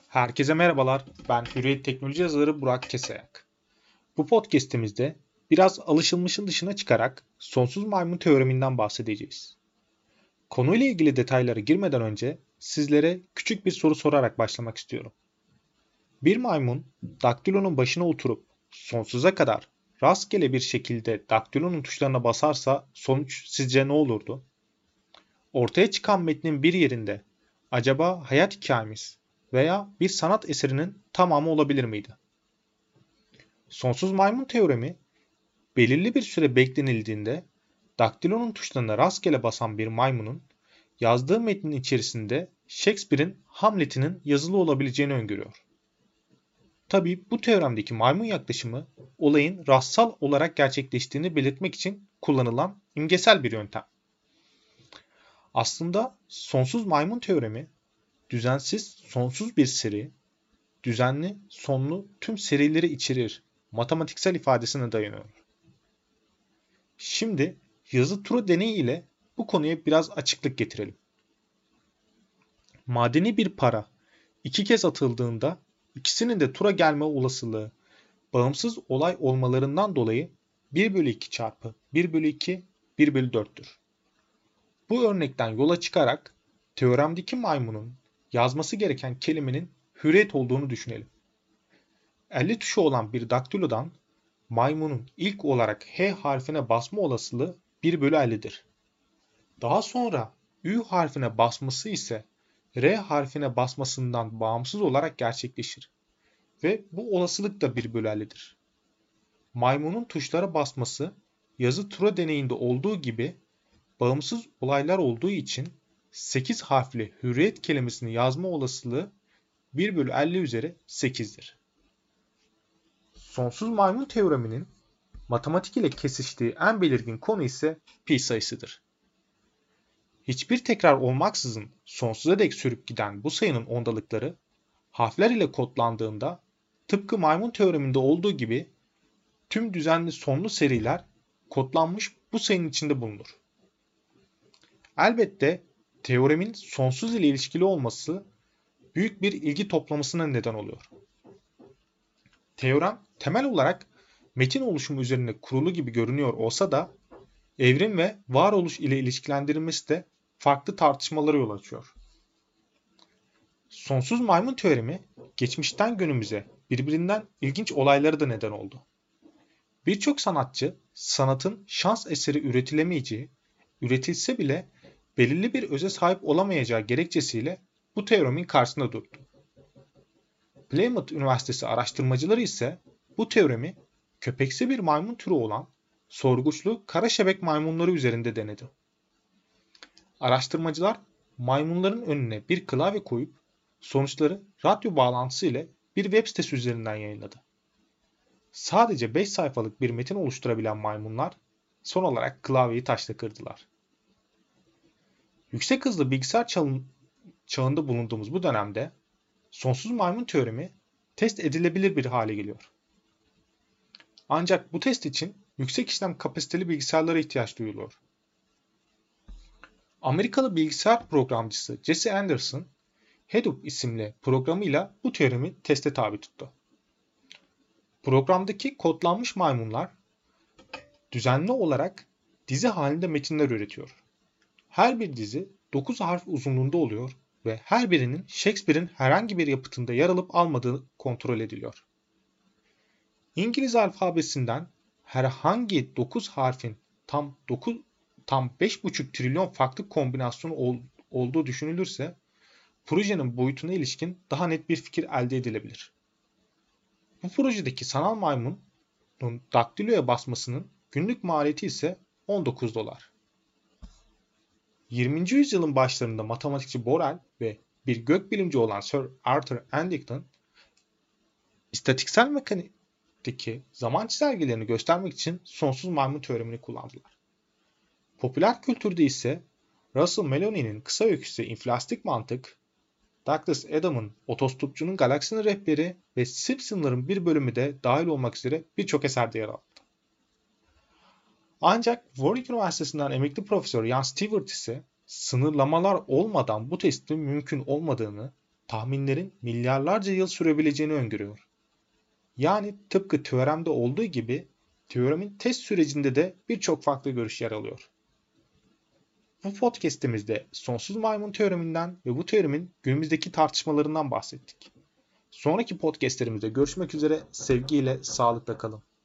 Herkese merhabalar. Ben Hürriyet Teknoloji yazarı Burak Kesayak. Bu podcast'imizde biraz alışılmışın dışına çıkarak sonsuz maymun teoreminden bahsedeceğiz. Konuyla ilgili detaylara girmeden önce sizlere küçük bir soru sorarak başlamak istiyorum. Bir maymun daktilonun başına oturup sonsuza kadar rastgele bir şekilde daktilonun tuşlarına basarsa sonuç sizce ne olurdu? Ortaya çıkan metnin bir yerinde acaba hayat hikayemiz veya bir sanat eserinin tamamı olabilir miydi? Sonsuz maymun teoremi belirli bir süre beklenildiğinde daktilonun tuşlarına rastgele basan bir maymunun yazdığı metnin içerisinde Shakespeare'in Hamlet'inin yazılı olabileceğini öngörüyor. Tabii bu teoremdeki maymun yaklaşımı olayın rastsal olarak gerçekleştiğini belirtmek için kullanılan imgesel bir yöntem. Aslında sonsuz maymun teoremi düzensiz sonsuz bir seri, düzenli sonlu tüm serileri içerir matematiksel ifadesine dayanıyor. Şimdi yazı turu deneyi ile bu konuya biraz açıklık getirelim. Madeni bir para iki kez atıldığında ikisinin de tura gelme olasılığı bağımsız olay olmalarından dolayı 1 bölü 2 çarpı 1 bölü 2 1 bölü 4'tür. Bu örnekten yola çıkarak teoremdeki maymunun yazması gereken kelimenin hürriyet olduğunu düşünelim. 50 tuşu olan bir daktilodan maymunun ilk olarak H harfine basma olasılığı 1 bölü 50'dir. Daha sonra Ü harfine basması ise R harfine basmasından bağımsız olarak gerçekleşir ve bu olasılık da 1 bölü 50'dir. Maymunun tuşlara basması yazı tura deneyinde olduğu gibi bağımsız olaylar olduğu için 8 harfli hürriyet kelimesini yazma olasılığı 1 bölü 50 üzeri 8'dir. Sonsuz maymun teoreminin matematik ile kesiştiği en belirgin konu ise pi sayısıdır. Hiçbir tekrar olmaksızın sonsuza dek sürüp giden bu sayının ondalıkları harfler ile kodlandığında tıpkı maymun teoreminde olduğu gibi tüm düzenli sonlu seriler kodlanmış bu sayının içinde bulunur. Elbette teoremin sonsuz ile ilişkili olması büyük bir ilgi toplamasına neden oluyor. Teorem temel olarak metin oluşumu üzerine kurulu gibi görünüyor olsa da evrim ve varoluş ile ilişkilendirilmesi de farklı tartışmalara yol açıyor. Sonsuz maymun teoremi geçmişten günümüze birbirinden ilginç olaylara da neden oldu. Birçok sanatçı sanatın şans eseri üretilemeyeceği, üretilse bile belirli bir öze sahip olamayacağı gerekçesiyle bu teoremin karşısında durdu. Plymouth Üniversitesi araştırmacıları ise bu teoremi köpekse bir maymun türü olan sorguçlu kara şebek maymunları üzerinde denedi. Araştırmacılar maymunların önüne bir klavye koyup sonuçları radyo bağlantısı ile bir web sitesi üzerinden yayınladı. Sadece 5 sayfalık bir metin oluşturabilen maymunlar son olarak klavyeyi taşla kırdılar. Yüksek hızlı bilgisayar çağında bulunduğumuz bu dönemde sonsuz maymun teoremi test edilebilir bir hale geliyor. Ancak bu test için yüksek işlem kapasiteli bilgisayarlara ihtiyaç duyuluyor. Amerikalı bilgisayar programcısı Jesse Anderson, Hadoop isimli programıyla bu teoremi teste tabi tuttu. Programdaki kodlanmış maymunlar düzenli olarak dizi halinde metinler üretiyor. Her bir dizi 9 harf uzunluğunda oluyor ve her birinin Shakespeare'in herhangi bir yapıtında yer alıp almadığı kontrol ediliyor. İngiliz alfabesinden herhangi 9 harfin tam 5,5 trilyon farklı kombinasyonu olduğu düşünülürse projenin boyutuna ilişkin daha net bir fikir elde edilebilir. Bu projedeki sanal maymunun daktiloya basmasının günlük maliyeti ise $19. 20. yüzyılın başlarında matematikçi Borel ve bir gökbilimci olan Sir Arthur Eddington, istatistiksel mekanikteki zaman çizelgelerini göstermek için sonsuz maymun teoremini kullandılar. Popüler kültürde ise Russell Maloney'nin kısa öyküsü İnfilastik Mantık, Douglas Adams'ın Otostopçunun Galaksinin Rehberi ve Simpsonların bir bölümü de dahil olmak üzere birçok eserde yer aldı. Ancak Warwick Üniversitesi'nden emekli profesör Ian Stewart ise sınırlamalar olmadan bu testin mümkün olmadığını tahminlerin milyarlarca yıl sürebileceğini öngörüyor. Yani tıpkı teoremde olduğu gibi teoremin test sürecinde de birçok farklı görüş yer alıyor. Bu podcast'imizde sonsuz maymun teoreminden ve bu teoremin günümüzdeki tartışmalarından bahsettik. Sonraki podcast'lerimizde görüşmek üzere, sevgiyle, sağlıkla kalın.